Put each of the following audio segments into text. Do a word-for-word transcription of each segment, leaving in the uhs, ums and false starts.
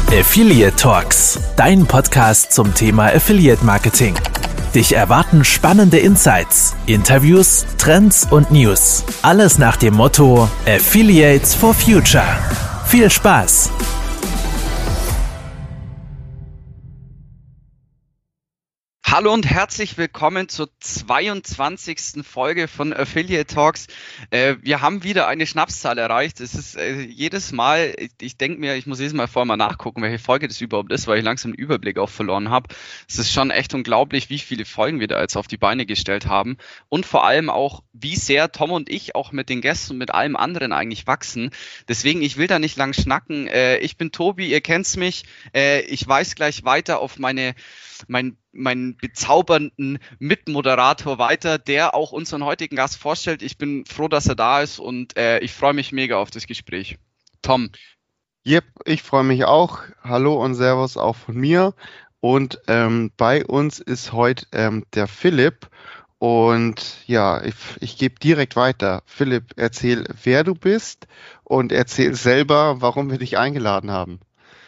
Affiliate Talks, dein Podcast zum Thema Affiliate Marketing. Dich erwarten spannende Insights, Interviews, Trends und News. Alles nach dem Motto Affiliates for Future. Viel Spaß! Hallo und herzlich willkommen zur zweiundzwanzigsten Folge von Affiliate Talks. Äh, wir haben wieder eine Schnapszahl erreicht. Es ist äh, jedes Mal, ich, ich denke mir, ich muss jedes Mal vorher mal nachgucken, welche Folge das überhaupt ist, weil ich langsam den Überblick auch verloren habe. Es ist schon echt unglaublich, wie viele Folgen wir da jetzt auf die Beine gestellt haben und vor allem auch, wie sehr Tom und ich auch mit den Gästen und mit allem anderen eigentlich wachsen. Deswegen, ich will da nicht lang schnacken. Äh, ich bin Tobi, ihr kennt's mich. Äh, ich weise gleich weiter auf meine, mein meinen bezaubernden Mitmoderator weiter, der auch unseren heutigen Gast vorstellt. Ich bin froh, dass er da ist und äh, ich freue mich mega auf das Gespräch. Tom. Yep, ich freue mich auch. Hallo und Servus auch von mir. Und ähm, bei uns ist heute ähm, der Philipp. Und ja, ich, ich gebe direkt weiter. Philipp, erzähl, wer du bist und erzähl selber, warum wir dich eingeladen haben.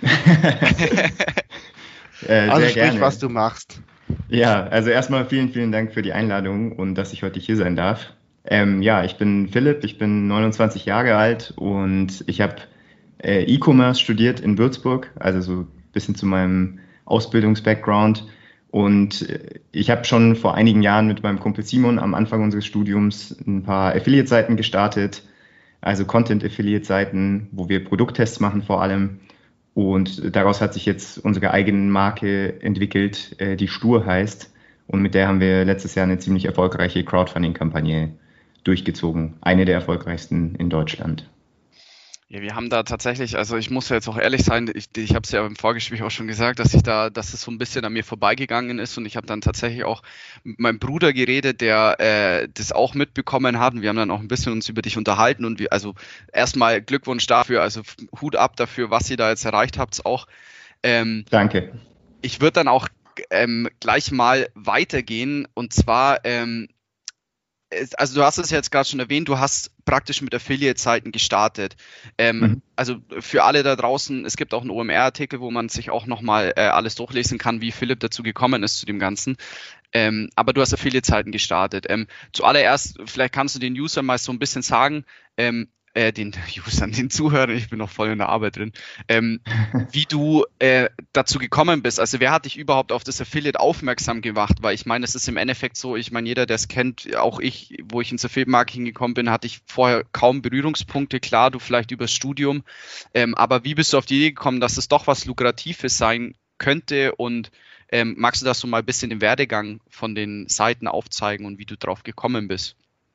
Äh, also sehr sprich, gerne. was du machst. Ja, also erstmal vielen, vielen Dank für die Einladung und dass ich heute hier sein darf. Ähm, ja, ich bin Philipp, ich bin neunundzwanzig Jahre alt und ich habe äh, E-Commerce studiert in Würzburg, also so ein bisschen zu meinem Ausbildungs-Background. Und äh, ich habe schon vor einigen Jahren mit meinem Kumpel Simon am Anfang unseres Studiums ein paar Affiliate-Seiten gestartet, also Content-Affiliate-Seiten, wo wir Produkttests machen vor allem. Und daraus hat sich jetzt unsere eigene Marke entwickelt, die Stur heißt. Und mit der haben wir letztes Jahr eine ziemlich erfolgreiche Crowdfunding-Kampagne durchgezogen. Eine der erfolgreichsten in Deutschland. Ja, wir haben da tatsächlich, also ich muss ja jetzt auch ehrlich sein, ich, ich habe es ja im Vorgespräch auch schon gesagt, dass ich da, dass es so ein bisschen an mir vorbeigegangen ist und ich habe dann tatsächlich auch mit meinem Bruder geredet, der äh, das auch mitbekommen hat und wir haben dann auch ein bisschen uns über dich unterhalten und wir, also erstmal Glückwunsch dafür, also Hut ab dafür, was ihr da jetzt erreicht habt auch. Ähm, Danke. Ich würde dann auch ähm, gleich mal weitergehen und zwar ähm, also du hast es jetzt gerade schon erwähnt, du hast praktisch mit Affiliate-Seiten gestartet. Ähm, mhm. Also für alle da draußen, es gibt auch einen O M R-Artikel, wo man sich auch nochmal äh, alles durchlesen kann, wie Philipp dazu gekommen ist zu dem Ganzen. Ähm, aber du hast Affiliate-Seiten gestartet. Ähm, zuallererst, vielleicht kannst du den Usern mal so ein bisschen sagen, ähm, äh, den Usern, den Zuhörern, ich bin noch voll in der Arbeit drin, ähm, wie du äh, dazu gekommen bist. Also wer hat dich überhaupt auf das Affiliate aufmerksam gemacht? Weil ich meine, es ist im Endeffekt so, ich meine, jeder, der es kennt, auch ich, wo ich ins Affiliate-Marketing gekommen bin, hatte ich vorher kaum Berührungspunkte. Klar, du vielleicht übers Studium. Ähm, aber wie bist du auf die Idee gekommen, dass es doch was Lukratives sein könnte? Und ähm, magst du das so mal ein bisschen den Werdegang von den Seiten aufzeigen und wie du drauf gekommen bist?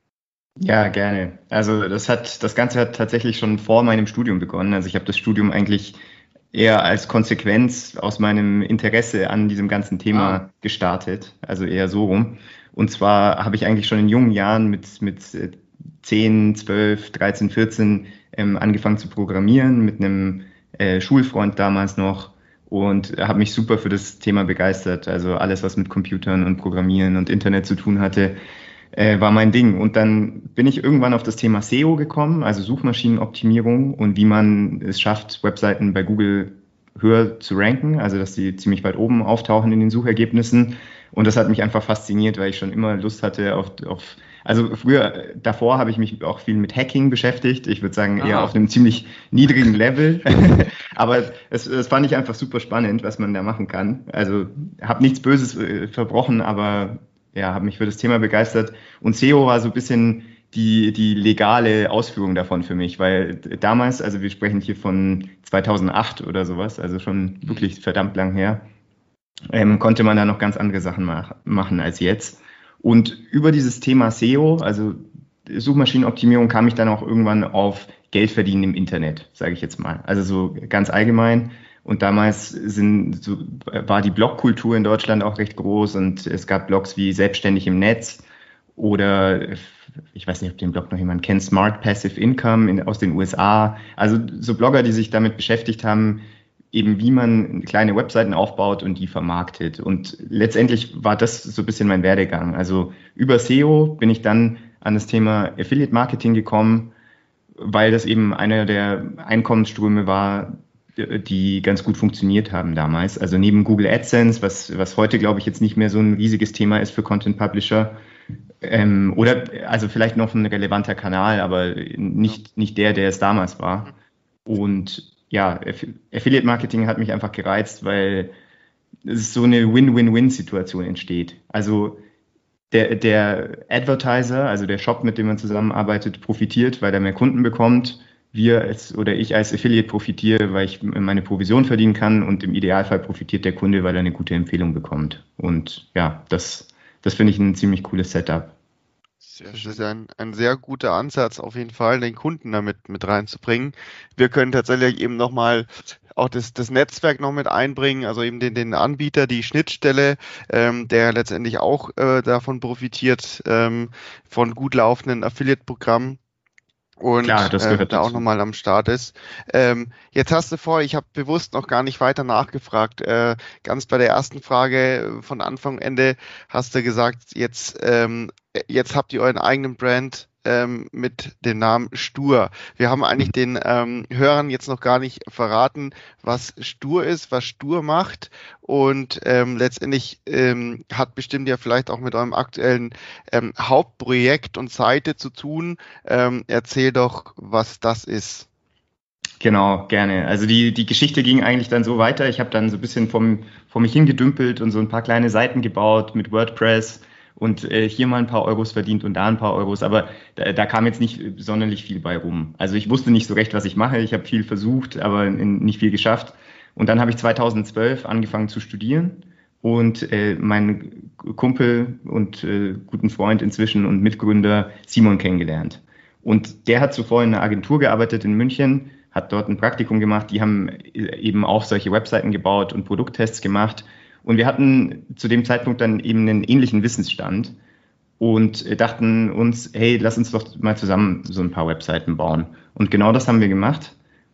Ja, gerne. Also das hat, das Ganze hat tatsächlich schon vor meinem Studium begonnen. Also ich habe das Studium eigentlich eher als Konsequenz aus meinem Interesse an diesem ganzen Thema ah. gestartet. Also eher so rum. Und zwar habe ich eigentlich schon in jungen Jahren mit, mit zehn, zwölf, dreizehn, vierzehn ähm, angefangen zu programmieren mit einem äh, Schulfreund damals noch und habe mich super für das Thema begeistert. Also alles, was mit Computern und Programmieren und Internet zu tun hatte, Äh, war mein Ding. Und dann bin ich irgendwann auf das Thema S E O gekommen, also Suchmaschinenoptimierung und wie man es schafft, Webseiten bei Google höher zu ranken, also dass sie ziemlich weit oben auftauchen in den Suchergebnissen. Und das hat mich einfach fasziniert, weil ich schon immer Lust hatte auf, auf also früher, davor habe ich mich auch viel mit Hacking beschäftigt. Ich würde sagen, eher ah. auf einem ziemlich niedrigen Level. Aber es, es fand ich einfach super spannend, was man da machen kann. Also habe nichts Böses äh, verbrochen, aber ja, habe mich für das Thema begeistert und S E O war so ein bisschen die, die legale Ausführung davon für mich, weil damals, also wir sprechen hier von zweitausendacht oder sowas, also schon wirklich verdammt lang her, ähm, konnte man da noch ganz andere Sachen mach, machen als jetzt. Und über dieses Thema S E O, also Suchmaschinenoptimierung, kam ich dann auch irgendwann auf Geld verdienen im Internet, sage ich jetzt mal. Also so ganz allgemein. Und damals sind, so, war die Blogkultur in Deutschland auch recht groß und es gab Blogs wie Selbstständig im Netz oder, ich weiß nicht, ob den Blog noch jemand kennt, Smart Passive Income in, aus den U S A. Also so Blogger, die sich damit beschäftigt haben, eben wie man kleine Webseiten aufbaut und die vermarktet. Und letztendlich war das so ein bisschen mein Werdegang. Also über S E O bin ich dann an das Thema Affiliate Marketing gekommen, weil das eben einer der Einkommensströme war, die ganz gut funktioniert haben damals. Also neben Google AdSense, was, was heute, glaube ich, jetzt nicht mehr so ein riesiges Thema ist für Content Publisher. Ähm, oder also vielleicht noch ein relevanter Kanal, aber nicht, nicht der, der es damals war. Und ja, Affiliate Marketing hat mich einfach gereizt, weil es so eine Win-Win-Win-Situation entsteht. Also der, der Advertiser, also der Shop, mit dem man zusammenarbeitet, profitiert, weil er mehr Kunden bekommt. Wir als, oder ich als Affiliate profitiere, weil ich meine Provision verdienen kann, und im Idealfall profitiert der Kunde, weil er eine gute Empfehlung bekommt. Und ja, das, das finde ich ein ziemlich cooles Setup. Das ist ein, ein sehr guter Ansatz, auf jeden Fall, den Kunden damit mit reinzubringen. Wir können tatsächlich eben nochmal auch das, das Netzwerk noch mit einbringen, also eben den, den Anbieter, die Schnittstelle, ähm, der letztendlich auch äh, davon profitiert, ähm, von gut laufenden Affiliate-Programmen. Und Klar, das gehört äh, da auch nochmal am Start ist. Ähm, jetzt hast du vor, ich habe bewusst noch gar nicht weiter nachgefragt. Äh, ganz bei der ersten Frage von Anfang Ende hast du gesagt, jetzt, ähm, jetzt habt ihr euren eigenen Brand ähm, mit dem Namen Stur. Wir haben eigentlich den ähm, Hörern jetzt noch gar nicht verraten, was Stur ist, was Stur macht, und ähm, letztendlich ähm, hat bestimmt ja vielleicht auch mit eurem aktuellen ähm, Hauptprojekt und Seite zu tun. Ähm, erzähl doch, was das ist. Genau, gerne. Also die, die Geschichte ging eigentlich dann so weiter. Ich habe dann so ein bisschen vom, vor mich hingedümpelt und so ein paar kleine Seiten gebaut mit WordPress und äh, hier mal ein paar Euros verdient und da ein paar Euros, aber da, da kam jetzt nicht sonderlich viel bei rum. Also ich wusste nicht so recht, was ich mache. Ich habe viel versucht, aber nicht viel geschafft. Und dann habe ich zweitausendzwölf angefangen zu studieren, und äh, mein Kumpel und äh, guten Freund inzwischen und Mitgründer Simon kennengelernt. Und der hat zuvor in einer Agentur gearbeitet in München, hat dort ein Praktikum gemacht. Die haben eben auch solche Webseiten gebaut und Produkttests gemacht. Und wir hatten zu dem Zeitpunkt dann eben einen ähnlichen Wissensstand und dachten uns, hey, lass uns doch mal zusammen so ein paar Webseiten bauen. Und genau das haben wir gemacht.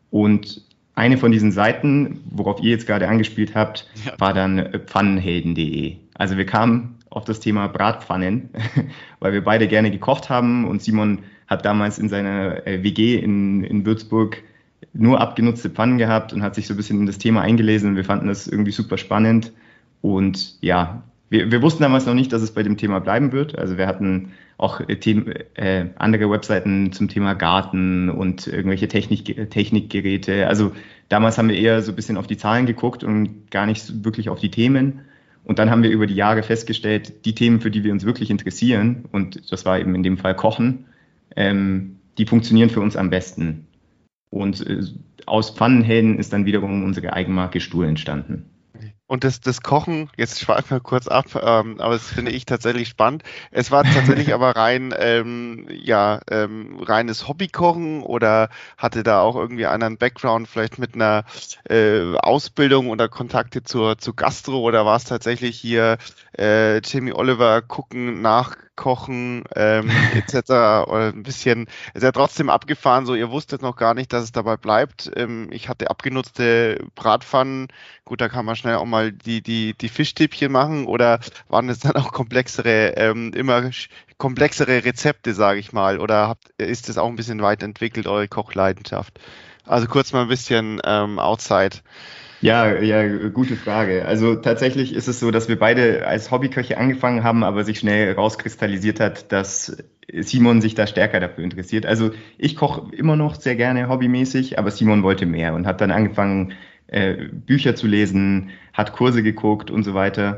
Und eine von diesen Seiten, worauf ihr jetzt gerade angespielt habt, ja, war dann pfannenhelden punkt de. Also wir kamen auf das Thema Bratpfannen, weil wir beide gerne gekocht haben, und Simon hat damals in seiner W G in, in Würzburg nur abgenutzte Pfannen gehabt und hat sich so ein bisschen in das Thema eingelesen, und wir fanden das irgendwie super spannend. Und ja, wir, wir wussten damals noch nicht, dass es bei dem Thema bleiben wird. Also wir hatten auch äh, Themen, äh, andere Webseiten zum Thema Garten und irgendwelche Technik, Technikgeräte. Also damals haben wir eher so ein bisschen auf die Zahlen geguckt und gar nicht wirklich auf die Themen. Und dann haben wir über die Jahre festgestellt, die Themen, für die wir uns wirklich interessieren, und das war eben in dem Fall Kochen, ähm, die funktionieren für uns am besten. Und äh, aus Pfannenhelden ist dann wiederum unsere Eigenmarke Stur entstanden. Und das, das Kochen, jetzt schweifen wir kurz ab, ähm, aber das finde ich tatsächlich spannend. Es war tatsächlich aber rein, ähm, ja, ähm, reines Hobbykochen, oder hatte da auch irgendwie einer einen Background, vielleicht mit einer äh, Ausbildung oder Kontakte zur, zu Gastro, oder war es tatsächlich hier äh, Jamie Oliver gucken, nachkochen, ähm, et cetera. Oder ein bisschen, ist ja trotzdem abgefahren, so ihr wusstet noch gar nicht, dass es dabei bleibt. Ähm, ich hatte abgenutzte Bratpfannen, gut, da kann man schnell auch mal die, die, die Fischstäbchen machen, oder waren es dann auch komplexere, ähm, immer komplexere Rezepte, sage ich mal, oder habt, ist das auch ein bisschen weit entwickelt, eure Kochleidenschaft? Also kurz mal ein bisschen ähm, outside. Ja, ja, gute Frage. Also tatsächlich ist es so, dass wir beide als Hobbyköche angefangen haben, aber sich schnell rauskristallisiert hat, dass Simon sich da stärker dafür interessiert. Also ich koche immer noch sehr gerne hobbymäßig, aber Simon wollte mehr und hat dann angefangen, äh, Bücher zu lesen, hat Kurse geguckt und so weiter.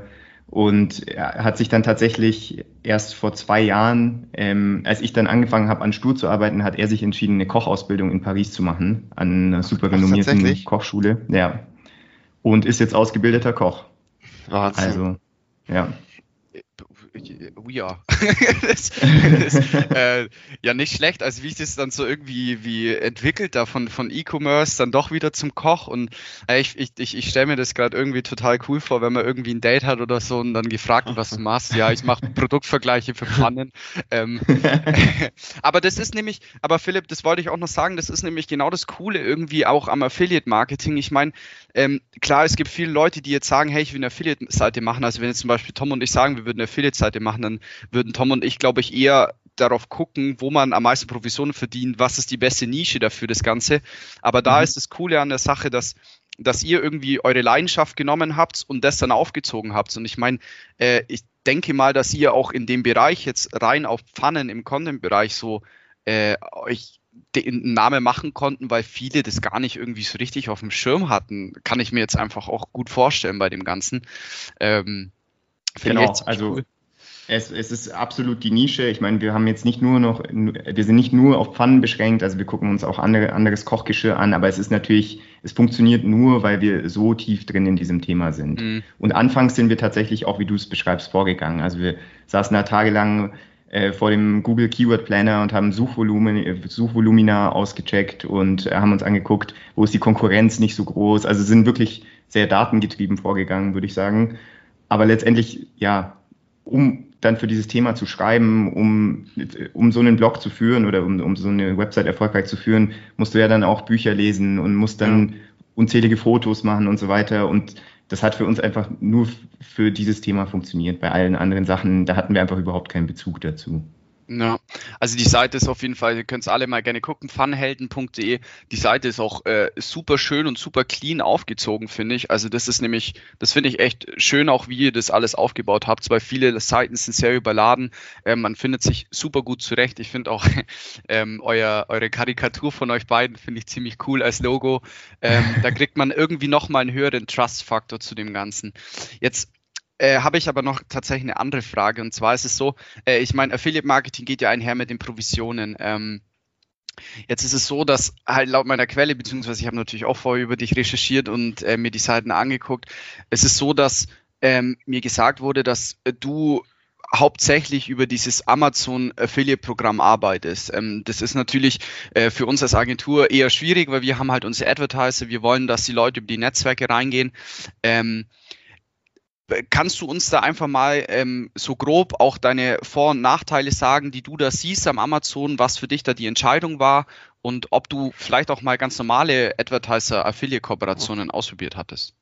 Und er hat sich dann tatsächlich erst vor zwei Jahren, ähm, als ich dann angefangen habe, an Stur zu arbeiten, hat er sich entschieden, eine Kochausbildung in Paris zu machen, an einer super renommierten Kochschule. Ja. Und ist jetzt ausgebildeter Koch. Wahnsinn. Also, ja. Ja, das, das, äh, ja nicht schlecht, also wie ich das dann so irgendwie wie entwickelt da von, von E-Commerce dann doch wieder zum Koch, und äh, ich, ich, ich, ich stelle mir das gerade irgendwie total cool vor, wenn man irgendwie ein Date hat oder so und dann gefragt, was du machst. Ja, ich mache Produktvergleiche für Pfannen. Ähm, aber das ist nämlich, aber Philipp, das wollte ich auch noch sagen, das ist nämlich genau das Coole irgendwie auch am Affiliate-Marketing. Ich meine, ähm, klar, es gibt viele Leute, die jetzt sagen, hey, ich will eine Affiliate-Seite machen. Also wenn jetzt zum Beispiel Tom und ich sagen, wir würden eine Affiliate-Seite machen, dann würden Tom und ich, glaube ich, eher darauf gucken, wo man am meisten Provisionen verdient, was ist die beste Nische dafür, das Ganze. Aber da mhm. ist das Coole an der Sache, dass, dass ihr irgendwie eure Leidenschaft genommen habt und das dann aufgezogen habt. Und ich meine, äh, ich denke mal, dass ihr auch in dem Bereich jetzt rein auf Pfannen im Content-Bereich so äh, euch den Namen machen konnten, weil viele das gar nicht irgendwie so richtig auf dem Schirm hatten. Kann ich mir jetzt einfach auch gut vorstellen bei dem Ganzen. Ähm, genau, also cool. Es, es ist absolut die Nische. Ich meine, wir haben jetzt nicht nur noch, wir sind nicht nur auf Pfannen beschränkt, also wir gucken uns auch andere, anderes Kochgeschirr an, aber es ist natürlich, es funktioniert nur, weil wir so tief drin in diesem Thema sind. Mhm. Und anfangs sind wir tatsächlich auch, wie du es beschreibst, vorgegangen. Also wir saßen da tagelang äh, vor dem Google Keyword Planner und haben Suchvolumen, Suchvolumina ausgecheckt und äh, haben uns angeguckt, wo ist die Konkurrenz nicht so groß. Also sind wirklich sehr datengetrieben vorgegangen, würde ich sagen. Aber letztendlich, ja, um dann für dieses Thema zu schreiben, um, um so einen Blog zu führen oder um, um so eine Website erfolgreich zu führen, musst du ja dann auch Bücher lesen und musst dann ja. unzählige Fotos machen und so weiter. Und das hat für uns einfach nur für dieses Thema funktioniert. Bei allen anderen Sachen, da hatten wir einfach überhaupt keinen Bezug dazu. Ja, also die Seite ist auf jeden Fall, ihr könnt es alle mal gerne gucken, funhelden punkt de. Die Seite ist auch äh, super schön und super clean aufgezogen, finde ich. Also das ist nämlich, das finde ich echt schön, auch wie ihr das alles aufgebaut habt, weil viele Seiten sind sehr überladen. Ähm, man findet sich super gut zurecht. Ich finde auch ähm, euer, eure Karikatur von euch beiden finde ich ziemlich cool als Logo. Ähm, da kriegt man irgendwie nochmal einen höheren Trust-Faktor zu dem Ganzen. Jetzt Äh, habe ich aber noch tatsächlich eine andere Frage, und zwar ist es so, äh, ich meine, Affiliate-Marketing geht ja einher mit den Provisionen. Ähm, jetzt ist es so, dass halt laut meiner Quelle, beziehungsweise ich habe natürlich auch vorher über dich recherchiert und äh, mir die Seiten angeguckt, es ist so, dass ähm, mir gesagt wurde, dass äh, du hauptsächlich über dieses Amazon-Affiliate-Programm arbeitest. Ähm, das ist natürlich äh, für uns als Agentur eher schwierig, weil wir haben halt unsere Advertiser, wir wollen, dass die Leute über die Netzwerke reingehen. Ähm, Kannst du uns da einfach mal ähm, so grob auch deine Vor- und Nachteile sagen, die du da siehst am Amazon, was für dich da die Entscheidung war und ob du vielleicht auch mal ganz normale Advertiser-Affiliate-Kooperationen ausprobiert hattest?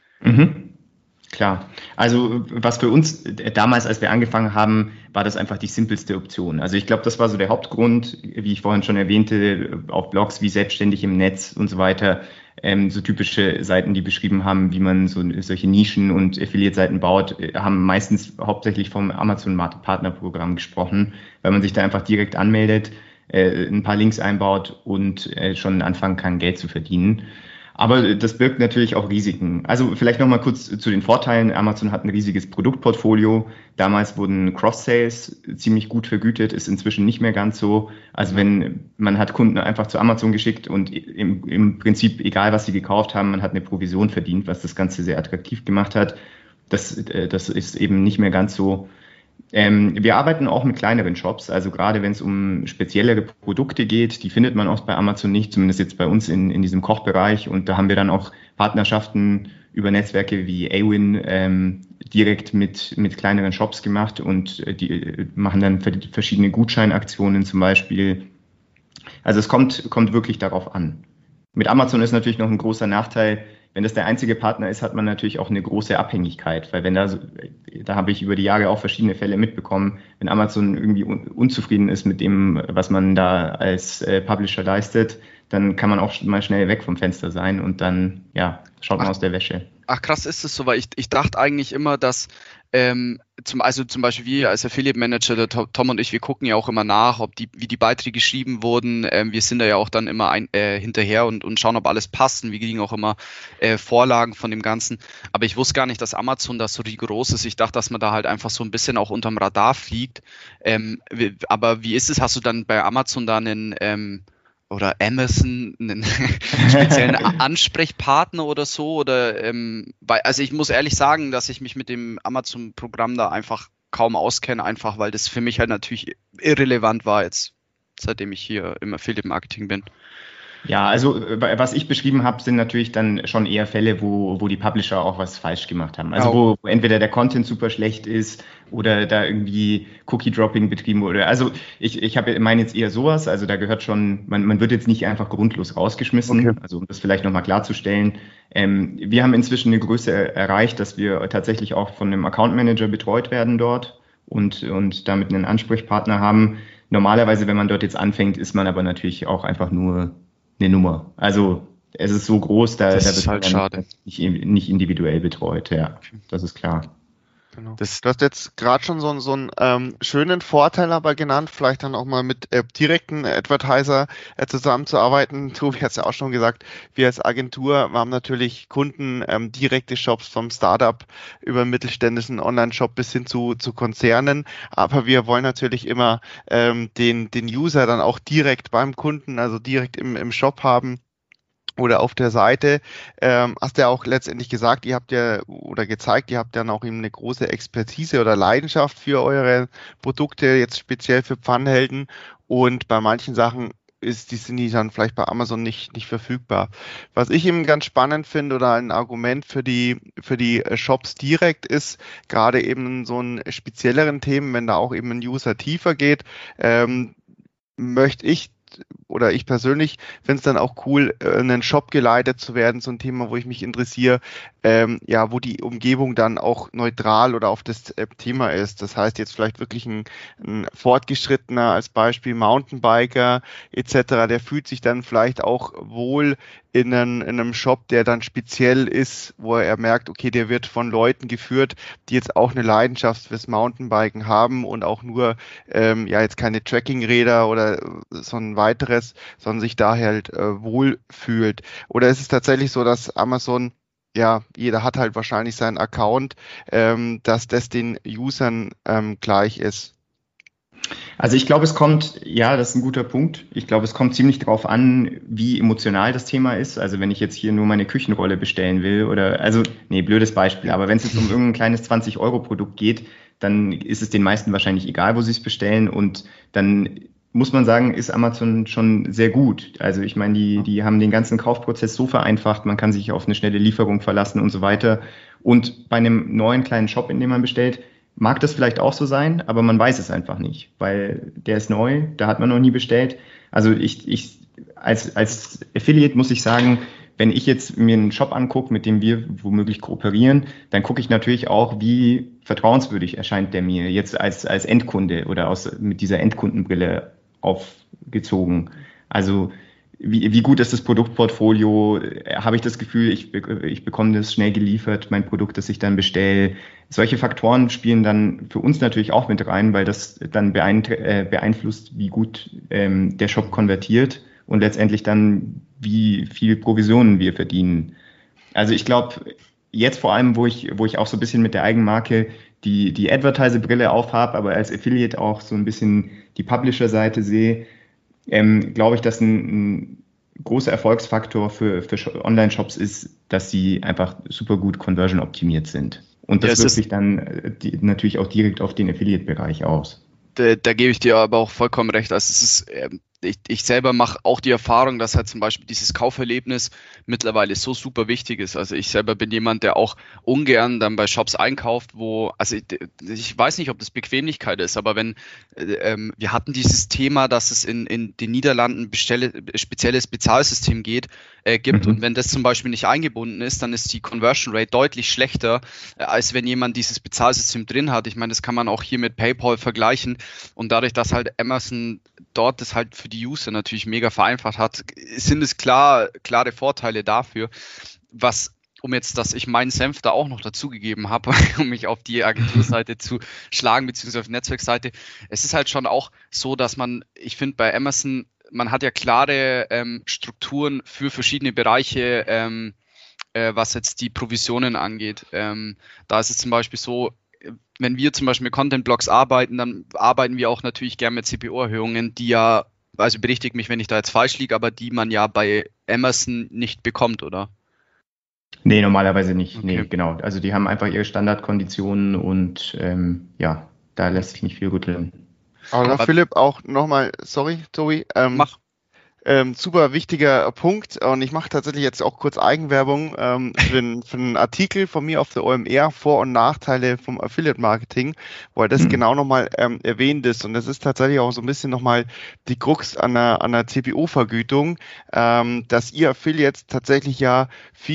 Mhm. Klar. Also was für uns damals, als wir angefangen haben, war das einfach die simpelste Option. Also ich glaube, das war so der Hauptgrund, wie ich vorhin schon erwähnte, auf Blogs wie Selbstständig im Netz und so weiter, ähm, so typische Seiten, die beschrieben haben, wie man so solche Nischen- und Affiliate-Seiten baut, haben meistens hauptsächlich vom Amazon-Partnerprogramm gesprochen, weil man sich da einfach direkt anmeldet, äh, ein paar Links einbaut und äh, schon anfangen kann, Geld zu verdienen. Aber das birgt natürlich auch Risiken. Also vielleicht nochmal kurz zu den Vorteilen. Amazon hat ein riesiges Produktportfolio. Damals wurden Cross-Sales ziemlich gut vergütet, ist inzwischen nicht mehr ganz so. Also wenn man hat Kunden einfach zu Amazon geschickt und im, im Prinzip, egal was sie gekauft haben, man hat eine Provision verdient, was das Ganze sehr attraktiv gemacht hat. Das, das ist eben nicht mehr ganz so. Ähm, wir arbeiten auch mit kleineren Shops, also gerade wenn es um speziellere Produkte geht, die findet man auch bei Amazon nicht, zumindest jetzt bei uns in, in diesem Kochbereich, und da haben wir dann auch Partnerschaften über Netzwerke wie Awin ähm, direkt mit, mit kleineren Shops gemacht und äh, die machen dann verschiedene Gutscheinaktionen zum Beispiel. Also es kommt, kommt wirklich darauf an. Mit Amazon ist natürlich noch ein großer Nachteil. Wenn das der einzige Partner ist, hat man natürlich auch eine große Abhängigkeit, weil wenn da, da habe ich über die Jahre auch verschiedene Fälle mitbekommen, wenn Amazon irgendwie un, unzufrieden ist mit dem, was man da als äh, Publisher leistet, dann kann man auch mal schnell weg vom Fenster sein und dann, ja, schaut man ach, aus der Wäsche. Ach krass, ist es so, weil ich, ich dachte eigentlich immer, dass ähm, zum, also zum Beispiel wir als Affiliate Manager, der Tom und ich, wir gucken ja auch immer nach, ob die, wie die Beiträge geschrieben wurden. Ähm, wir sind da ja auch dann immer ein, äh, hinterher und, und schauen, ob alles passt. Und wir kriegen auch immer äh, Vorlagen von dem Ganzen. Aber ich wusste gar nicht, dass Amazon da so rigoros ist. Ich dachte, dass man da halt einfach so ein bisschen auch unterm Radar fliegt. Ähm, wie, aber wie ist es? Hast du dann bei Amazon da einen ähm, oder Amazon einen speziellen Ansprechpartner oder so? Oder ähm, weil, also ich muss ehrlich sagen, dass ich mich mit dem Amazon-Programm da einfach kaum auskenne, einfach weil das für mich halt natürlich irrelevant war jetzt, seitdem ich hier im Affiliate-Marketing bin. Ja, also was ich beschrieben habe, sind natürlich dann schon eher Fälle, wo, wo die Publisher auch was falsch gemacht haben. Also wo, wo entweder der Content super schlecht ist oder da irgendwie Cookie-Dropping betrieben wurde. Also ich, ich habe meine jetzt eher sowas, also da gehört schon, man, man wird jetzt nicht einfach grundlos rausgeschmissen, okay. Also um das vielleicht nochmal klarzustellen. Ähm, wir haben inzwischen eine Größe erreicht, dass wir tatsächlich auch von einem Account Manager betreut werden dort und, und damit einen Ansprechpartner haben. normalerweise, wenn man dort jetzt anfängt, ist man aber natürlich auch einfach nur eine Nummer. Also es ist so groß, da, das da ist wird halt man schade. Nicht, nicht individuell betreut, ja, das ist klar. Genau. Das, du hast jetzt gerade schon so, so einen ähm, schönen Vorteil aber genannt, vielleicht dann auch mal mit äh, direkten Advertiser äh, zusammenzuarbeiten. Tobi hat es ja auch schon gesagt, wir als Agentur wir haben natürlich Kunden, ähm, direkte Shops vom Startup über einen mittelständischen Online-Shop bis hin zu, zu Konzernen, aber wir wollen natürlich immer ähm, den, den User dann auch direkt beim Kunden, also direkt im, im Shop haben. Oder auf der Seite, ähm, hast du ja auch letztendlich gesagt, ihr habt ja oder gezeigt, ihr habt dann auch eben eine große Expertise oder Leidenschaft für eure Produkte, jetzt speziell für Pfannenhelden. Und bei manchen Sachen ist die sind die dann vielleicht bei Amazon nicht nicht verfügbar. Was ich eben ganz spannend finde oder ein Argument für die für die Shops direkt ist, gerade eben so einen spezielleren Themen, wenn da auch eben ein User tiefer geht, ähm, möchte ich oder ich persönlich finde es dann auch cool, in einen Shop geleitet zu werden, so ein Thema, wo ich mich interessiere, ähm, ja, wo die Umgebung dann auch neutral oder auf das äh, Thema ist. Das heißt jetzt vielleicht wirklich ein, ein Fortgeschrittener, als Beispiel Mountainbiker et cetera, der fühlt sich dann vielleicht auch wohl in, einen, in einem Shop, der dann speziell ist, wo er merkt, okay, der wird von Leuten geführt, die jetzt auch eine Leidenschaft fürs Mountainbiken haben und auch nur, ähm, ja, jetzt keine Trekkingräder oder so ein weiteres, sondern sich daher halt äh, wohl fühlt. Oder ist es tatsächlich so, dass Amazon, ja, jeder hat halt wahrscheinlich seinen Account, ähm, dass das den Usern ähm, gleich ist? Also ich glaube, es kommt, ja, das ist ein guter Punkt. Ich glaube, es kommt ziemlich drauf an, wie emotional das Thema ist. Also wenn ich jetzt hier nur meine Küchenrolle bestellen will oder, also, nee, blödes Beispiel, aber wenn es jetzt um irgendein kleines zwanzig-Euro-Produkt geht, dann ist es den meisten wahrscheinlich egal, wo sie es bestellen und dann muss man sagen, ist Amazon schon sehr gut. Also ich meine, die, die haben den ganzen Kaufprozess so vereinfacht, man kann sich auf eine schnelle Lieferung verlassen und so weiter. Und bei einem neuen kleinen Shop, in dem man bestellt, mag das vielleicht auch so sein, aber man weiß es einfach nicht, weil der ist neu, da hat man noch nie bestellt. Also ich, ich als, als Affiliate muss ich sagen, wenn ich jetzt mir einen Shop angucke, mit dem wir womöglich kooperieren, dann gucke ich natürlich auch, wie vertrauenswürdig erscheint der mir jetzt als, als Endkunde oder aus, mit dieser Endkundenbrille aufgezogen. Also wie, wie gut ist das Produktportfolio? Habe ich das Gefühl, ich, ich bekomme das schnell geliefert, mein Produkt, das ich dann bestelle? Solche Faktoren spielen dann für uns natürlich auch mit rein, weil das dann beeinflusst, wie gut ähm, der Shop konvertiert und letztendlich dann, wie viel Provisionen wir verdienen. Also ich glaube, jetzt vor allem, wo ich, wo ich auch so ein bisschen mit der Eigenmarke die, die Advertiser-Brille aufhabe, aber als Affiliate auch so ein bisschen die Publisher-Seite sehe, ähm, glaube ich, dass ein, ein großer Erfolgsfaktor für, für Online-Shops ist, dass sie einfach super gut conversion-optimiert sind. Und das ja, wirkt sich dann die, natürlich auch direkt auf den Affiliate-Bereich aus. Da, da gebe ich dir aber auch vollkommen recht. Also es ist, ähm, ich, ich selber mache auch die Erfahrung, dass halt zum Beispiel dieses Kauferlebnis mittlerweile so super wichtig ist. Also ich selber bin jemand, der auch ungern dann bei Shops einkauft, wo, also ich, ich weiß nicht, ob das Bequemlichkeit ist, aber wenn, ähm, wir hatten dieses Thema, dass es in, in den Niederlanden bestelle, spezielles Bezahlsystem geht, äh, gibt, mhm. und wenn das zum Beispiel nicht eingebunden ist, dann ist die Conversion Rate deutlich schlechter, äh, als wenn jemand dieses Bezahlsystem drin hat. Ich meine, das kann man auch hier mit PayPal vergleichen. Und dadurch, dass halt Amazon dort das halt für die User natürlich mega vereinfacht hat, sind es klar, klare Vorteile dafür. Was, um jetzt, dass ich meinen Senf da auch noch dazugegeben habe, um mich auf die Agenturseite zu schlagen, beziehungsweise auf die Netzwerkseite. Es ist halt schon auch so, dass man, ich finde bei Amazon, man hat ja klare ähm, Strukturen für verschiedene Bereiche, ähm, äh, was jetzt die Provisionen angeht. Ähm, da ist es zum Beispiel so, wenn wir zum Beispiel mit Content-Blogs arbeiten, dann arbeiten wir auch natürlich gerne mit C P O-Erhöhungen, die ja, also berichtigt mich, wenn ich da jetzt falsch liege, aber die man ja bei Amazon nicht bekommt, oder? Nee, normalerweise nicht. Okay. Nee, genau. Also die haben einfach ihre Standardkonditionen und ähm, ja, da lässt sich nicht viel rütteln. Aber, aber Philipp, auch nochmal, sorry, Tobi, ähm, mach. Ähm, super wichtiger Punkt und ich mache tatsächlich jetzt auch kurz Eigenwerbung ähm, für, den, für einen Artikel von mir auf der O M R, Vor- und Nachteile vom Affiliate-Marketing, wo das mhm. genau nochmal ähm, erwähnt ist und das ist tatsächlich auch so ein bisschen nochmal die Krux an der, an der C P O-Vergütung, ähm, dass ihr Affiliates tatsächlich ja viel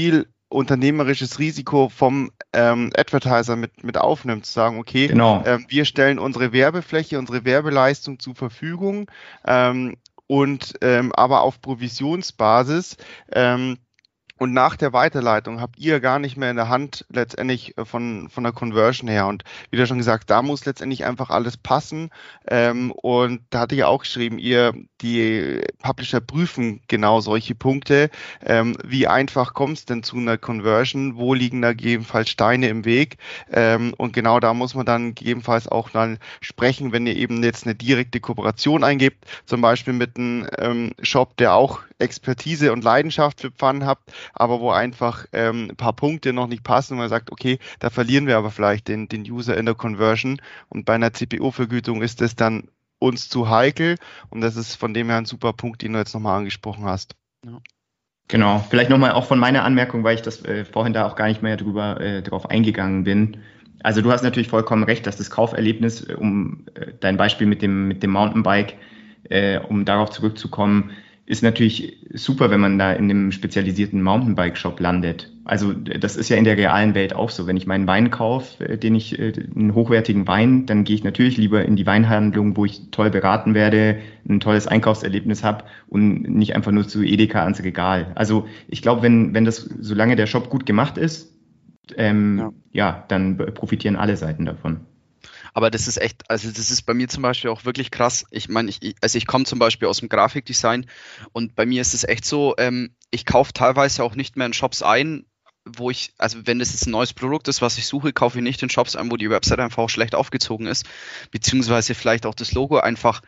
unternehmerisches Risiko vom ähm, Advertiser mit, mit aufnimmt, zu sagen, okay, genau. ähm, wir stellen unsere Werbefläche, unsere Werbeleistung zur Verfügung, ähm, und ähm, aber auf Provisionsbasis. Ähm, Und nach der Weiterleitung habt ihr gar nicht mehr in der Hand letztendlich von, von der Conversion her. Und wie du schon gesagt, da muss letztendlich einfach alles passen. Ähm, und da hatte ich auch geschrieben, ihr, die Publisher prüfen genau solche Punkte. Ähm, wie einfach kommt es denn zu einer Conversion? Wo liegen da gegebenenfalls Steine im Weg? Ähm, und genau da muss man dann gegebenenfalls auch dann sprechen, wenn ihr eben jetzt eine direkte Kooperation eingebt, zum Beispiel mit einem ähm, Shop, der auch Expertise und Leidenschaft für Pfannen habt, aber wo einfach ähm, ein paar Punkte noch nicht passen und man sagt, okay, da verlieren wir aber vielleicht den, den User in der Conversion und bei einer C P O-Vergütung ist das dann uns zu heikel und das ist von dem her ein super Punkt, den du jetzt nochmal angesprochen hast. Ja. Genau, vielleicht nochmal auch von meiner Anmerkung, weil ich das äh, vorhin da auch gar nicht mehr drüber äh, drauf eingegangen bin. Also du hast natürlich vollkommen recht, dass das Kauferlebnis, um äh, dein Beispiel mit dem, mit dem Mountainbike, äh, um darauf zurückzukommen, ist natürlich super, wenn man da in einem spezialisierten Mountainbike-Shop landet. Also das ist ja in der realen Welt auch so. Wenn ich meinen Wein kaufe, den ich, einen hochwertigen Wein, dann gehe ich natürlich lieber in die Weinhandlung, wo ich toll beraten werde, ein tolles Einkaufserlebnis habe und nicht einfach nur zu Edeka ans Regal. Also ich glaube, wenn, wenn das, solange der Shop gut gemacht ist, ähm, ja. ja, dann profitieren alle Seiten davon. Aber das ist echt, also das ist bei mir zum Beispiel auch wirklich krass. Ich meine, ich, also ich komme zum Beispiel aus dem Grafikdesign und bei mir ist es echt so, ähm, ich kaufe teilweise auch nicht mehr in Shops ein, wo ich, also wenn das jetzt ein neues Produkt ist, was ich suche, kaufe ich nicht in Shops ein, wo die Website einfach auch schlecht aufgezogen ist, beziehungsweise vielleicht auch das Logo einfach,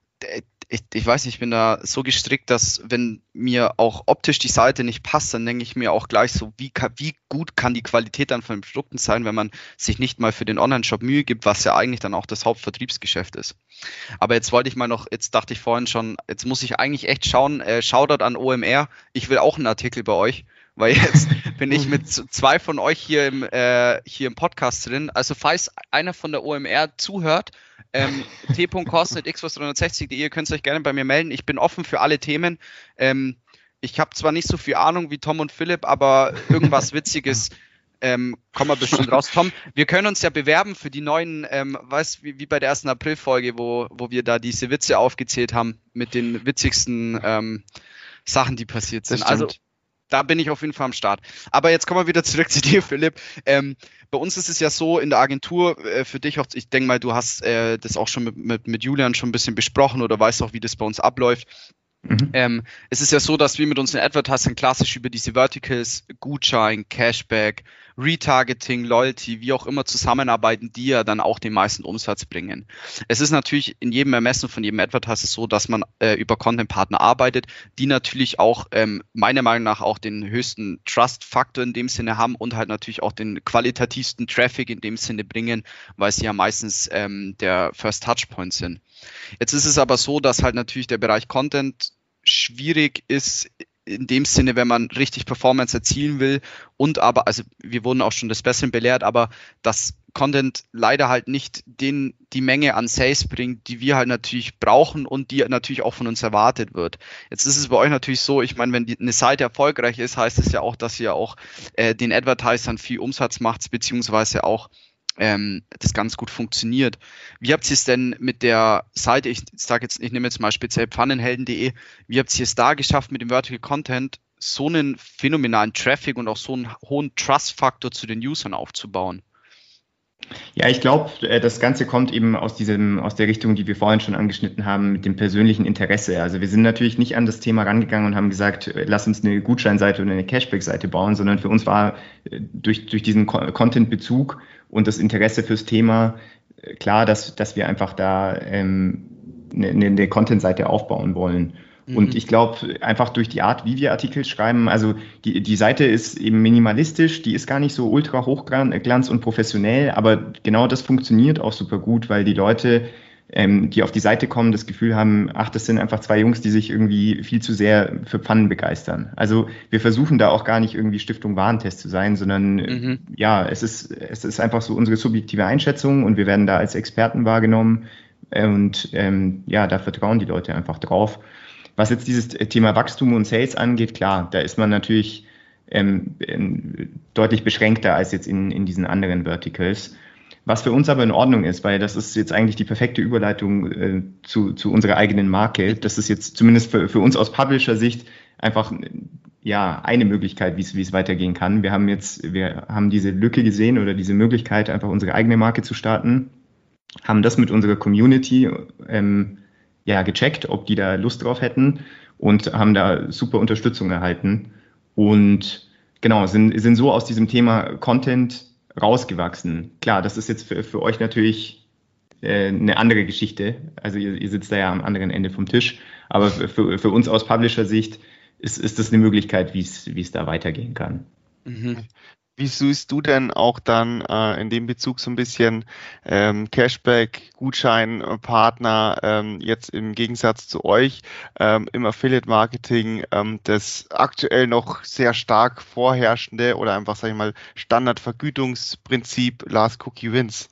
ich, ich weiß nicht, ich bin da so gestrickt, dass wenn mir auch optisch die Seite nicht passt, dann denke ich mir auch gleich so, wie, wie gut kann die Qualität dann von den Produkten sein, wenn man sich nicht mal für den Online-Shop Mühe gibt, was ja eigentlich dann auch das Hauptvertriebsgeschäft ist. Aber jetzt wollte ich mal noch, jetzt dachte ich vorhin schon, jetzt muss ich eigentlich echt schauen, äh, Shoutout an O M R, ich will auch einen Artikel bei euch, weil jetzt bin ich mit zwei von euch hier im, äh, hier im Podcast drin. Also falls einer von der O M R zuhört, ähm, t punkt kosten at x was dreihundertsechzig punkt de, ihr könnt euch gerne bei mir melden. Ich bin offen für alle Themen. Ähm, ich habe zwar nicht so viel Ahnung wie Tom und Philipp, aber irgendwas Witziges ähm, kommen wir bestimmt raus. Tom, wir können uns ja bewerben für die neuen, ähm, weißt wie, wie bei der ersten April-Folge, wo, wo wir da diese Witze aufgezählt haben mit den witzigsten ähm, Sachen, die passiert sind. Also da bin ich auf jeden Fall am Start. Aber jetzt kommen wir wieder zurück zu dir, Philipp. Ähm, bei uns ist es ja so in der Agentur, äh, für dich auch, ich denke mal, du hast äh, das auch schon mit, mit, mit Julian schon ein bisschen besprochen oder weißt auch, wie das bei uns abläuft. Mhm. Ähm, es ist ja so, dass wir mit unseren Advertisern klassisch über diese Verticals, Gutschein, Cashback, Retargeting, Loyalty, wie auch immer zusammenarbeiten, die ja dann auch den meisten Umsatz bringen. Es ist natürlich in jedem Ermessen von jedem Advertiser so, dass man äh, über Content-Partner arbeitet, die natürlich auch ähm, meiner Meinung nach auch den höchsten Trust-Faktor in dem Sinne haben und halt natürlich auch den qualitativsten Traffic in dem Sinne bringen, weil sie ja meistens ähm, der First Touchpoint sind. Jetzt ist es aber so, dass halt natürlich der Bereich Content schwierig ist, in dem Sinne, wenn man richtig Performance erzielen will und aber, also wir wurden auch schon des Besseren belehrt, aber dass Content leider halt nicht den, die Menge an Sales bringt, die wir halt natürlich brauchen und die natürlich auch von uns erwartet wird. Jetzt ist es bei euch natürlich so, ich meine, wenn die, eine Seite erfolgreich ist, heißt es ja auch, dass ihr auch äh, den Advertisern viel Umsatz macht, beziehungsweise auch ähm, das ganz gut funktioniert. Wie habt ihr es denn mit der Seite, ich sage jetzt, ich nehme jetzt mal speziell pfannenhelden punkt de, wie habt ihr es da geschafft, mit dem Vertical Content so einen phänomenalen Traffic und auch so einen hohen Trust-Faktor zu den Usern aufzubauen? Ja, ich glaube, das Ganze kommt eben aus diesem, aus der Richtung, die wir vorhin schon angeschnitten haben, mit dem persönlichen Interesse. Also wir sind natürlich nicht an das Thema rangegangen und haben gesagt, lass uns eine Gutscheinseite oder eine Cashback-Seite bauen, sondern für uns war durch, durch diesen Content-Bezug und das Interesse fürs Thema klar, dass, dass wir einfach da ähm, eine, eine Content-Seite aufbauen wollen. Und ich glaube, einfach durch die Art, wie wir Artikel schreiben, also die, die Seite ist eben minimalistisch, die ist gar nicht so ultra hochglanz und professionell, aber genau das funktioniert auch super gut, weil die Leute, ähm, die auf die Seite kommen, das Gefühl haben, ach, das sind einfach zwei Jungs, die sich irgendwie viel zu sehr für Pfannen begeistern. Also wir versuchen da auch gar nicht irgendwie Stiftung Warentest zu sein, sondern mhm. ja, es ist, es ist einfach so unsere subjektive Einschätzung und wir werden da als Experten wahrgenommen und ähm, ja, da vertrauen die Leute einfach drauf. Was jetzt dieses Thema Wachstum und Sales angeht, klar, da ist man natürlich ähm, ähm, deutlich beschränkter als jetzt in, in diesen anderen Verticals. Was für uns aber in Ordnung ist, weil das ist jetzt eigentlich die perfekte Überleitung äh, zu, zu unserer eigenen Marke. Das ist jetzt zumindest für, für uns aus Publisher-Sicht einfach ja eine Möglichkeit, wie es wie es weitergehen kann. Wir haben jetzt, wir haben diese Lücke gesehen oder diese Möglichkeit, einfach unsere eigene Marke zu starten, haben das mit unserer Community ähm, ja gecheckt, ob die da Lust drauf hätten und haben da super Unterstützung erhalten und genau sind sind so aus diesem Thema Content rausgewachsen. Klar, das ist jetzt für, für euch natürlich äh, eine andere Geschichte. Also ihr, ihr sitzt da ja am anderen Ende vom Tisch. Aber für, für uns aus Publisher-Sicht ist, ist das eine Möglichkeit, wie es wie es da weitergehen kann. Mhm. Wie siehst du denn auch dann äh, in dem Bezug so ein bisschen ähm, Cashback, Gutscheinpartner ähm, jetzt im Gegensatz zu euch ähm, im Affiliate-Marketing ähm, das aktuell noch sehr stark vorherrschende oder einfach, sag ich mal, Standardvergütungsprinzip Last Cookie Wins?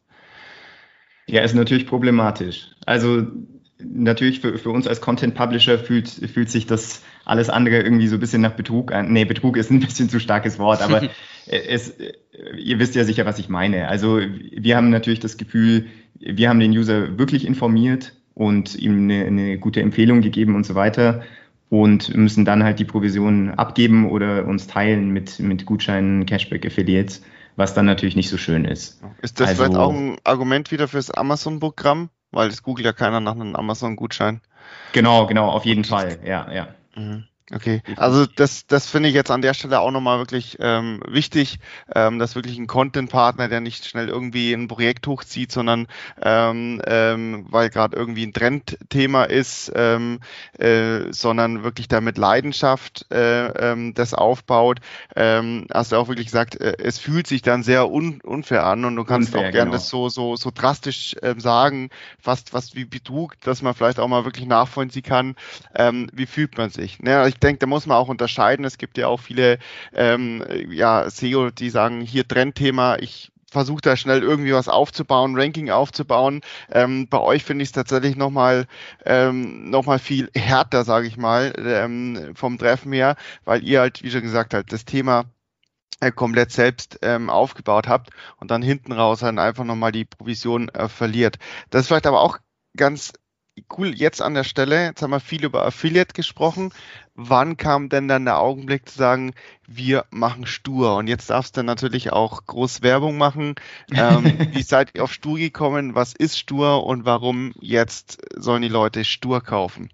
Ja, ist natürlich problematisch. Also natürlich für, für uns als Content-Publisher fühlt, fühlt sich das alles andere irgendwie so ein bisschen nach Betrug an. Nee, Betrug ist ein bisschen zu starkes Wort, aber es, ihr wisst ja sicher, was ich meine. Also wir haben natürlich das Gefühl, wir haben den User wirklich informiert und ihm eine, eine gute Empfehlung gegeben und so weiter und müssen dann halt die Provisionen abgeben oder uns teilen mit, mit Gutscheinen, Cashback, Affiliates, was dann natürlich nicht so schön ist. Ist das also, vielleicht auch ein Argument wieder fürs Amazon-Programm? Weil es googelt ja keiner nach einem Amazon-Gutschein. Genau, genau, auf jeden Fall, ja, ja. Okay, also das, das finde ich jetzt an der Stelle auch nochmal wirklich ähm, wichtig, ähm, dass wirklich ein Content-Partner, der nicht schnell irgendwie ein Projekt hochzieht, sondern ähm, ähm, weil gerade irgendwie ein Trendthema ist, ähm, äh, sondern wirklich da mit Leidenschaft äh, ähm, das aufbaut. Ähm, hast du auch wirklich gesagt, äh, es fühlt sich dann sehr un unfair an und du kannst unfair, auch gerne genau. das so so so drastisch äh, sagen, fast fast wie Betrug, dass man vielleicht auch mal wirklich nachvollziehen kann, ähm, wie fühlt man sich. Ne? Ich denke, da muss man auch unterscheiden. Es gibt ja auch viele ähm, ja, S E O, die sagen, hier Trendthema, ich versuche da schnell irgendwie was aufzubauen, Ranking aufzubauen. Ähm, bei euch finde ich es tatsächlich nochmal ähm, noch mal viel härter, sage ich mal, ähm, vom Treffen her, weil ihr halt, wie schon gesagt habt, das Thema äh, komplett selbst ähm, aufgebaut habt und dann hinten raus dann einfach nochmal die Provision äh, verliert. Das ist vielleicht aber auch ganz cool jetzt an der Stelle, jetzt haben wir viel über Affiliate gesprochen. Wann kam denn dann der Augenblick zu sagen, wir machen Stur? Und jetzt darfst du natürlich auch groß Werbung machen. Ähm, wie seid ihr auf Stur gekommen? Was ist Stur und warum jetzt sollen die Leute Stur kaufen?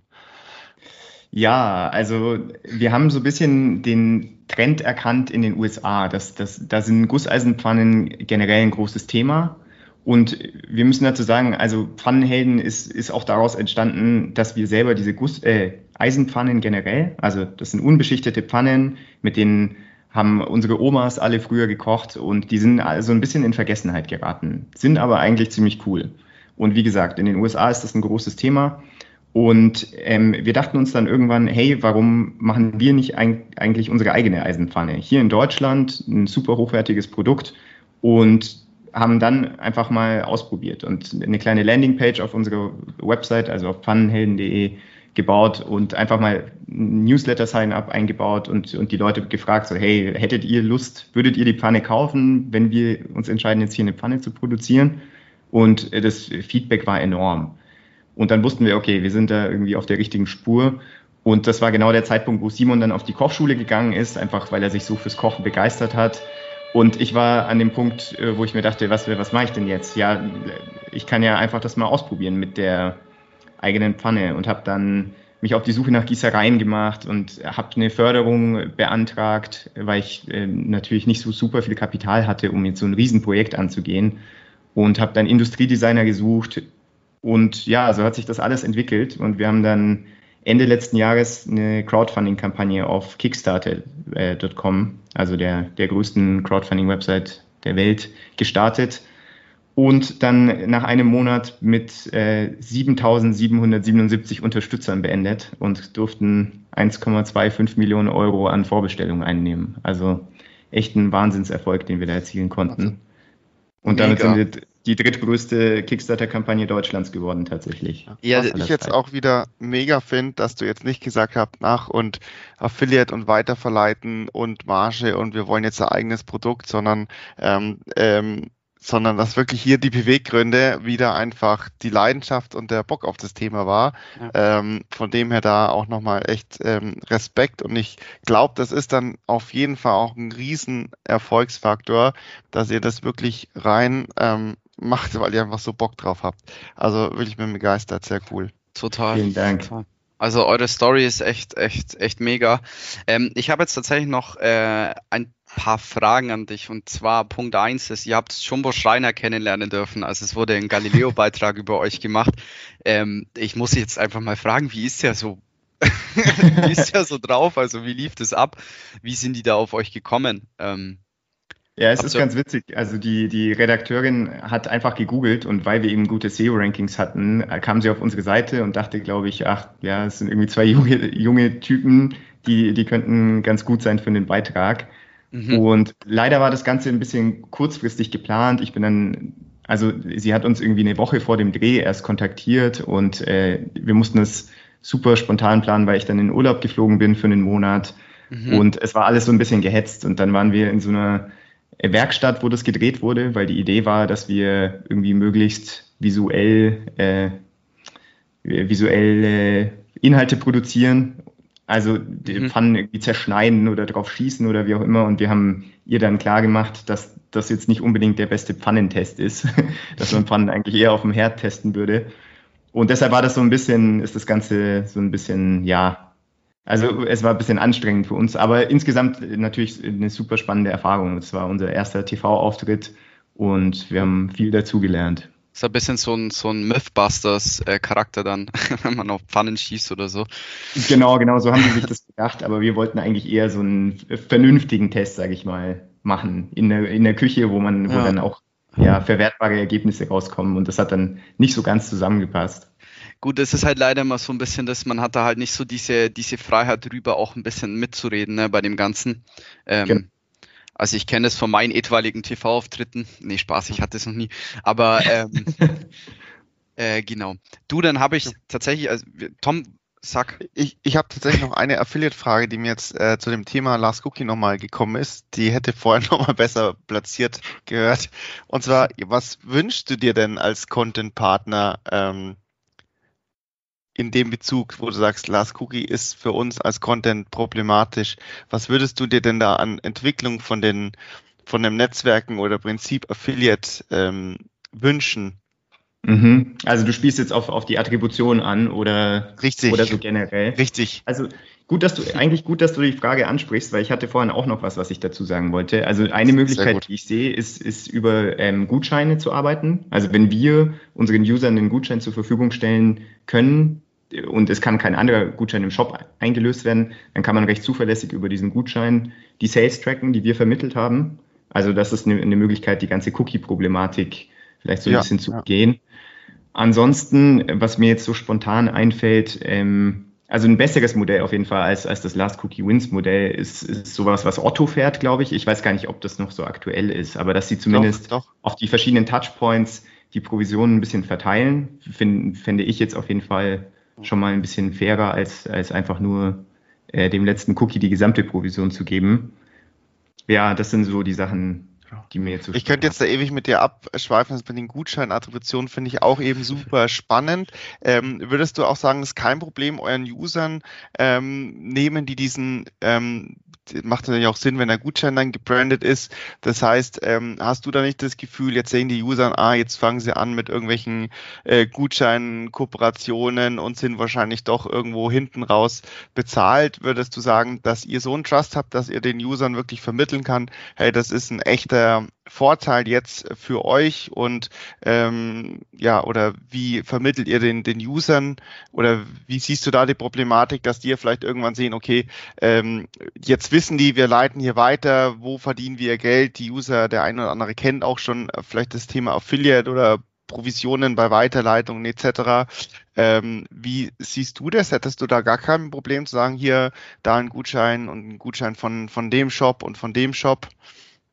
Ja, also wir haben so ein bisschen den Trend erkannt in den U S A. Das, das, da sind Gusseisenpfannen generell ein großes Thema. Und wir müssen dazu sagen, also Pfannenhelden ist, ist auch daraus entstanden, dass wir selber diese Guss, äh, Eisenpfannen generell, also das sind unbeschichtete Pfannen, mit denen haben unsere Omas alle früher gekocht und die sind also ein bisschen in Vergessenheit geraten, sind aber eigentlich ziemlich cool. Und wie gesagt, in den U S A ist das ein großes Thema und ähm, wir dachten uns dann irgendwann, hey, warum machen wir nicht ein, eigentlich unsere eigene Eisenpfanne? Hier in Deutschland ein super hochwertiges Produkt und haben dann einfach mal ausprobiert und eine kleine Landingpage auf unserer Website, also auf pfannenhelden punkt de gebaut und einfach mal ein Newsletter-Sign-up eingebaut und, und die Leute gefragt, so hey, hättet ihr Lust, würdet ihr die Pfanne kaufen, wenn wir uns entscheiden, jetzt hier eine Pfanne zu produzieren? Und das Feedback war enorm. Und dann wussten wir, okay, wir sind da irgendwie auf der richtigen Spur. Und das war genau der Zeitpunkt, wo Simon dann auf die Kochschule gegangen ist, einfach weil er sich so fürs Kochen begeistert hat. Und ich war an dem Punkt, wo ich mir dachte, was, was mache ich denn jetzt? Ja, ich kann ja einfach das mal ausprobieren mit der eigenen Pfanne und habe dann mich auf die Suche nach Gießereien gemacht und habe eine Förderung beantragt, weil ich äh, natürlich nicht so super viel Kapital hatte, um jetzt so ein Riesenprojekt anzugehen und habe dann Industriedesigner gesucht und ja, so hat sich das alles entwickelt und wir haben dann Ende letzten Jahres eine Crowdfunding-Kampagne auf Kickstarter Punkt com, also der, der größten Crowdfunding-Website der Welt, gestartet und dann nach einem Monat mit äh, siebentausendsiebenhundertsiebenundsiebzig Unterstützern beendet und durften eins Komma fünfundzwanzig Millionen Euro an Vorbestellungen einnehmen. Also echt ein Wahnsinnserfolg, den wir da erzielen konnten. Und damit sind wir die drittgrößte Kickstarter-Kampagne Deutschlands geworden tatsächlich. Ja, was ich jetzt auch wieder mega finde, dass du jetzt nicht gesagt hast, nach und Affiliate und Weiterverleiten und Marge und wir wollen jetzt ein eigenes Produkt, sondern ähm, ähm, sondern dass wirklich hier die Beweggründe wieder einfach die Leidenschaft und der Bock auf das Thema war. Ja. Ähm, von dem her da auch nochmal echt ähm, Respekt und ich glaube, das ist dann auf jeden Fall auch ein riesen Erfolgsfaktor, dass ihr das wirklich rein ähm, macht, weil ihr einfach so Bock drauf habt. Also wirklich bin begeistert, sehr cool. Total. Vielen Dank. Also eure Story ist echt, echt, echt mega. Ähm, ich habe jetzt tatsächlich noch äh, ein paar Fragen an dich und zwar Punkt eins ist, ihr habt Jumbo Schreiner kennenlernen dürfen, also es wurde ein Galileo-Beitrag über euch gemacht. Ähm, ich muss jetzt einfach mal fragen, wie ist der so, wie ist der so drauf, also wie lief das ab, wie sind die da auf euch gekommen? Ähm, Ja, es ist ganz witzig. Also die, die Redakteurin hat einfach gegoogelt und weil wir eben gute S E O-Rankings hatten, kam sie auf unsere Seite und dachte, glaube ich, ach ja, es sind irgendwie zwei junge, junge Typen, die, die könnten ganz gut sein für den Beitrag. Mhm. Und leider war das Ganze ein bisschen kurzfristig geplant. Ich bin dann, also sie hat uns irgendwie eine Woche vor dem Dreh erst kontaktiert und äh, wir mussten es super spontan planen, weil ich dann in Urlaub geflogen bin für einen Monat. Mhm. Und es war alles so ein bisschen gehetzt und dann waren wir in so einer Werkstatt, wo das gedreht wurde, weil die Idee war, dass wir irgendwie möglichst visuell, äh, visuell äh, Inhalte produzieren, also die mhm. Pfannen irgendwie zerschneiden oder drauf schießen oder wie auch immer. Und wir haben ihr dann klar gemacht, dass das jetzt nicht unbedingt der beste Pfannentest ist, dass man Pfannen eigentlich eher auf dem Herd testen würde. Und deshalb war das so ein bisschen, ist das Ganze so ein bisschen, ja, also es war ein bisschen anstrengend für uns, aber insgesamt natürlich eine super spannende Erfahrung. Es war unser erster T V-Auftritt und wir haben viel dazugelernt. Das ist ein bisschen so ein, so ein Mythbusters-Charakter dann, wenn man auf Pfannen schießt oder so. Genau, genau, so haben die sich das gedacht, aber wir wollten eigentlich eher so einen vernünftigen Test, sage ich mal, machen in der, in der Küche, wo man, wo ja. dann auch ja, verwertbare Ergebnisse rauskommen und das hat dann nicht so ganz zusammengepasst. Gut, es ist halt leider immer so ein bisschen, dass man hat da halt nicht so diese, diese Freiheit drüber, auch ein bisschen mitzureden, ne, bei dem Ganzen. Ähm, genau. Also ich kenne es von meinen etwaigen T V-Auftritten. Nee, Spaß, ich hatte es noch nie. Aber ähm, äh, genau. Du, dann habe ich tatsächlich, also Tom, sag. Ich, ich habe tatsächlich noch eine Affiliate-Frage, die mir jetzt äh, zu dem Thema Last Cookie nochmal gekommen ist. Die hätte vorher nochmal besser platziert gehört. Und zwar, was wünschst du dir denn als Content-Partner ähm, in dem Bezug, wo du sagst, Last Cookie ist für uns als Content problematisch. Was würdest du dir denn da an Entwicklung von den von den Netzwerken oder Prinzip Affiliate ähm, wünschen? Mhm. Also du spielst jetzt auf, auf die Attribution an oder, Richtig. oder so generell. Richtig. Also gut, dass du eigentlich gut, dass du die Frage ansprichst, weil ich hatte vorhin auch noch was, was ich dazu sagen wollte. Also eine Möglichkeit, die ich sehe, ist, ist über ähm, Gutscheine zu arbeiten. Also wenn wir unseren Usern einen Gutschein zur Verfügung stellen können und es kann kein anderer Gutschein im Shop eingelöst werden, dann kann man recht zuverlässig über diesen Gutschein die Sales tracken, die wir vermittelt haben. Also das ist eine, eine Möglichkeit, die ganze Cookie-Problematik vielleicht so ein ja, bisschen zu umgehen. Ja. Ansonsten, was mir jetzt so spontan einfällt, ähm, also ein besseres Modell auf jeden Fall als, als das Last Cookie Wins Modell ist, ist sowas, was Otto fährt, glaube ich. Ich weiß gar nicht, ob das noch so aktuell ist, aber dass sie zumindest doch, doch. auf die verschiedenen Touchpoints die Provisionen ein bisschen verteilen, find, fände ich jetzt auf jeden Fall schon mal ein bisschen fairer, als, als einfach nur äh, dem letzten Cookie die gesamte Provision zu geben. Ja, das sind so die Sachen, die mir jetzt so Ich könnte jetzt da ewig mit dir abschweifen, das mit den Gutscheinattributionen finde ich auch eben super spannend. Ähm, würdest du auch sagen, es ist kein Problem, euren Usern ähm, nehmen, die diesen, ähm, macht natürlich auch Sinn, wenn der Gutschein dann gebrandet ist. Das heißt, ähm, hast du da nicht das Gefühl, jetzt sehen die User, ah, jetzt fangen sie an mit irgendwelchen äh, Gutscheinen, Kooperationen und sind wahrscheinlich doch irgendwo hinten raus bezahlt. Würdest du sagen, dass ihr so einen Trust habt, dass ihr den Usern wirklich vermitteln kann, hey, das ist ein echter Vorteil jetzt für euch und ähm, ja, oder wie vermittelt ihr den, den Usern oder wie siehst du da die Problematik, dass die vielleicht irgendwann sehen, okay, ähm, jetzt wissen die, wir leiten hier weiter, wo verdienen wir Geld, die User, der eine oder andere kennt auch schon äh, vielleicht das Thema Affiliate oder Provisionen bei Weiterleitungen et cetera. Ähm, wie siehst du das? Hättest du da gar kein Problem zu sagen, hier, da ein Gutschein und ein Gutschein von, von dem Shop und von dem Shop?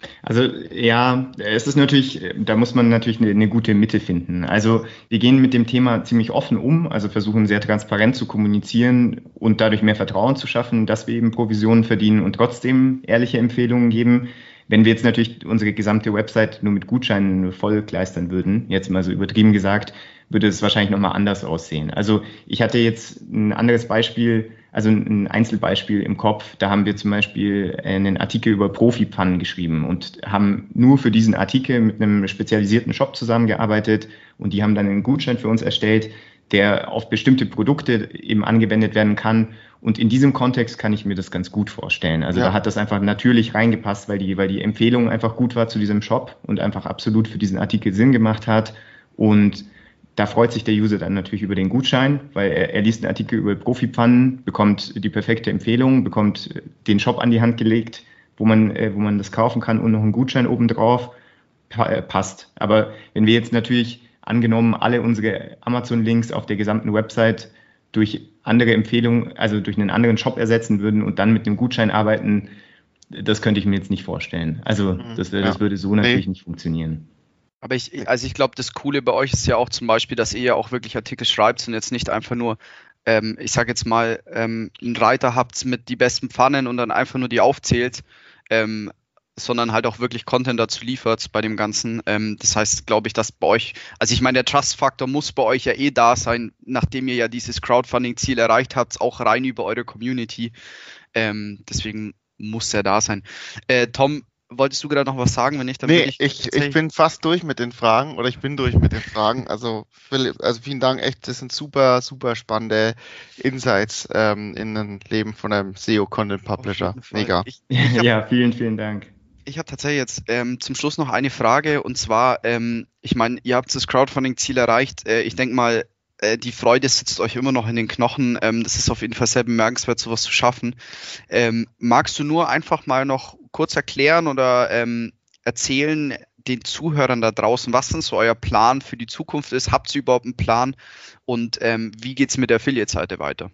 Also ja, es ist natürlich, da muss man natürlich eine, eine gute Mitte finden. Also wir gehen mit dem Thema ziemlich offen um, also versuchen sehr transparent zu kommunizieren und dadurch mehr Vertrauen zu schaffen, dass wir eben Provisionen verdienen und trotzdem ehrliche Empfehlungen geben. Wenn wir jetzt natürlich unsere gesamte Website nur mit Gutscheinen vollkleistern würden, jetzt mal so übertrieben gesagt, würde es wahrscheinlich nochmal anders aussehen. Also ich hatte jetzt ein anderes Beispiel, also ein Einzelbeispiel im Kopf. Da haben wir zum Beispiel einen Artikel über Profi-Pfannen geschrieben und haben nur für diesen Artikel mit einem spezialisierten Shop zusammengearbeitet und die haben dann einen Gutschein für uns erstellt, der auf bestimmte Produkte eben angewendet werden kann. Und in diesem Kontext kann ich mir das ganz gut vorstellen. Also ja. Da hat das einfach natürlich reingepasst, weil die, weil die Empfehlung einfach gut war zu diesem Shop und einfach absolut für diesen Artikel Sinn gemacht hat. Und da freut sich der User dann natürlich über den Gutschein, weil er, er liest einen Artikel über Profi-Pfannen, bekommt die perfekte Empfehlung, bekommt den Shop an die Hand gelegt, wo man, äh, wo man das kaufen kann und noch einen Gutschein obendrauf. Pa- äh, passt. Aber wenn wir jetzt natürlich angenommen alle unsere Amazon-Links auf der gesamten Website durch andere Empfehlungen, also durch einen anderen Shop ersetzen würden und dann mit dem Gutschein arbeiten, das könnte ich mir jetzt nicht vorstellen. Also das, das ja. würde so natürlich nee. nicht funktionieren. Aber ich, also ich glaube, das Coole bei euch ist ja auch zum Beispiel, dass ihr ja auch wirklich Artikel schreibt und jetzt nicht einfach nur, ähm, ich sage jetzt mal, ähm, einen Reiter habt mit die besten Pfannen und dann einfach nur die aufzählt, ähm, sondern halt auch wirklich Content dazu liefert bei dem Ganzen. Ähm, das heißt, glaube ich, dass bei euch, also ich meine, der Trust-Faktor muss bei euch ja eh da sein, nachdem ihr ja dieses Crowdfunding-Ziel erreicht habt, auch rein über eure Community. Ähm, deswegen muss er da sein. Äh, Tom, wolltest du gerade noch was sagen? Wenn nicht, dann nee, ich, ich, ich bin fast durch mit den Fragen oder ich bin durch mit den Fragen. Also, Philipp, also vielen Dank, echt, das sind super, super spannende Insights ähm, in ein Leben von einem S E O-Content-Publisher. Mega. Ich, ich hab, ja, vielen, vielen Dank. Ich habe tatsächlich jetzt ähm, zum Schluss noch eine Frage und zwar, ähm, ich meine, ihr habt das Crowdfunding-Ziel erreicht. Äh, ich denke mal, äh, die Freude sitzt euch immer noch in den Knochen. Ähm, das ist auf jeden Fall sehr bemerkenswert, sowas zu schaffen. Ähm, magst du nur einfach mal noch kurz erklären oder ähm, erzählen den Zuhörern da draußen, was denn so euer Plan für die Zukunft ist? Habt ihr überhaupt einen Plan? Und ähm, wie geht's mit der Affiliate-Seite weiter?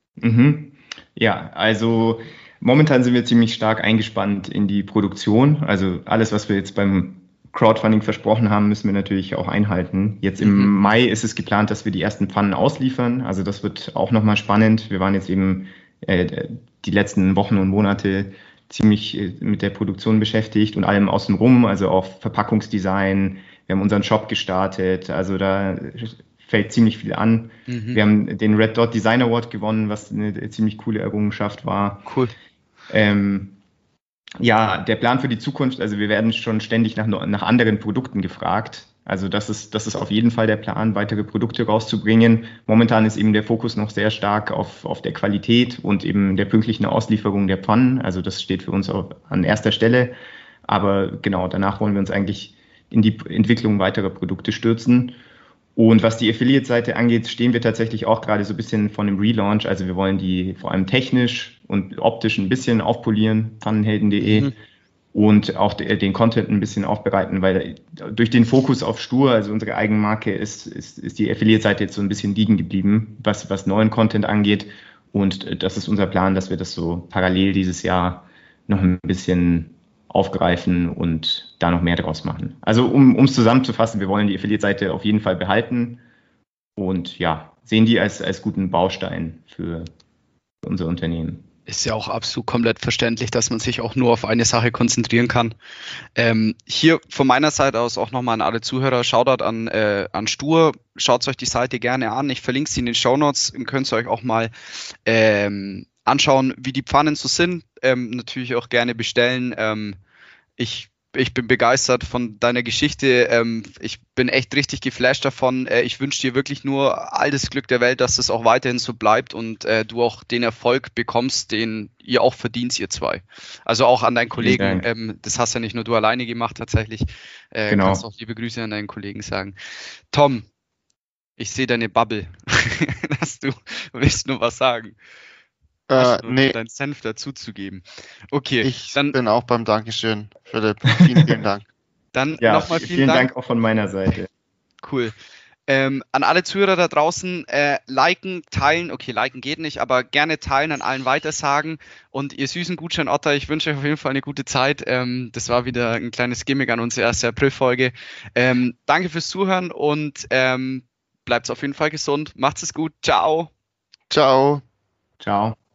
Mhm. Ja, also momentan sind wir ziemlich stark eingespannt in die Produktion. Also alles, was wir jetzt beim Crowdfunding versprochen haben, müssen wir natürlich auch einhalten. Jetzt im mhm. Mai ist es geplant, dass wir die ersten Pfannen ausliefern. Also das wird auch nochmal spannend. Wir waren jetzt eben äh, die letzten Wochen und Monate ziemlich äh, mit der Produktion beschäftigt und allem außenrum, also auch Verpackungsdesign. Wir haben unseren Shop gestartet. Also da fällt ziemlich viel an. Mhm. Wir haben den Red Dot Design Award gewonnen, was eine ziemlich coole Errungenschaft war. Cool. Ähm, ja, der Plan für die Zukunft, also wir werden schon ständig nach, nach anderen Produkten gefragt. Also das ist, das ist auf jeden Fall der Plan, weitere Produkte rauszubringen. Momentan ist eben der Fokus noch sehr stark auf, auf der Qualität und eben der pünktlichen Auslieferung der Pfannen. Also das steht für uns auch an erster Stelle. Aber genau, danach wollen wir uns eigentlich in die Entwicklung weiterer Produkte stürzen. Und was die Affiliate-Seite angeht, stehen wir tatsächlich auch gerade so ein bisschen vor einem Relaunch. Also wir wollen die vor allem technisch und optisch ein bisschen aufpolieren, pfannenhelden punkt de, mhm. und auch den Content ein bisschen aufbereiten, weil durch den Fokus auf Stur, also unsere Eigenmarke, ist, ist, ist die Affiliate-Seite jetzt so ein bisschen liegen geblieben, was, was neuen Content angeht. Und das ist unser Plan, dass wir das so parallel dieses Jahr noch ein bisschen aufgreifen und da noch mehr draus machen. Also um es zusammenzufassen, wir wollen die Affiliate-Seite auf jeden Fall behalten und ja, sehen die als, als guten Baustein für unser Unternehmen. Ist ja auch absolut komplett verständlich, dass man sich auch nur auf eine Sache konzentrieren kann. Ähm, hier von meiner Seite aus auch nochmal an alle Zuhörer, Shoutout an, äh, an Stur, schaut euch die Seite gerne an, ich verlinke sie in den Shownotes und könnt ihr euch auch mal ähm, anschauen, wie die Pfannen so sind, ähm, natürlich auch gerne bestellen. Ähm, ich, ich bin begeistert von deiner Geschichte. Ähm, ich bin echt richtig geflasht davon. Äh, ich wünsche dir wirklich nur all das Glück der Welt, dass das auch weiterhin so bleibt und äh, du auch den Erfolg bekommst, den ihr auch verdient, ihr zwei. Also auch an deinen Kollegen. Ähm, das hast ja nicht nur du alleine gemacht tatsächlich. Äh, genau. Kannst auch liebe Grüße an deinen Kollegen sagen. Tom, ich sehe deine Bubble. Dass du willst nur was sagen. Äh, nee. Deinen Senf dazuzugeben. Okay, ich dann bin auch beim Dankeschön, Philipp. Vielen, vielen Dank. Dann ja, nochmal vielen, vielen Dank. Dank auch von meiner Seite. Cool. Ähm, an alle Zuhörer da draußen, äh, liken, teilen, okay, liken geht nicht, aber gerne teilen, an allen weitersagen. Und ihr süßen Gutschein-Otter, ich wünsche euch auf jeden Fall eine gute Zeit. Ähm, das war wieder ein kleines Gimmick an unsere erste April-Folge. Ähm, danke fürs Zuhören und ähm, bleibt auf jeden Fall gesund. Macht's es gut. Ciao. Ciao. Ciao.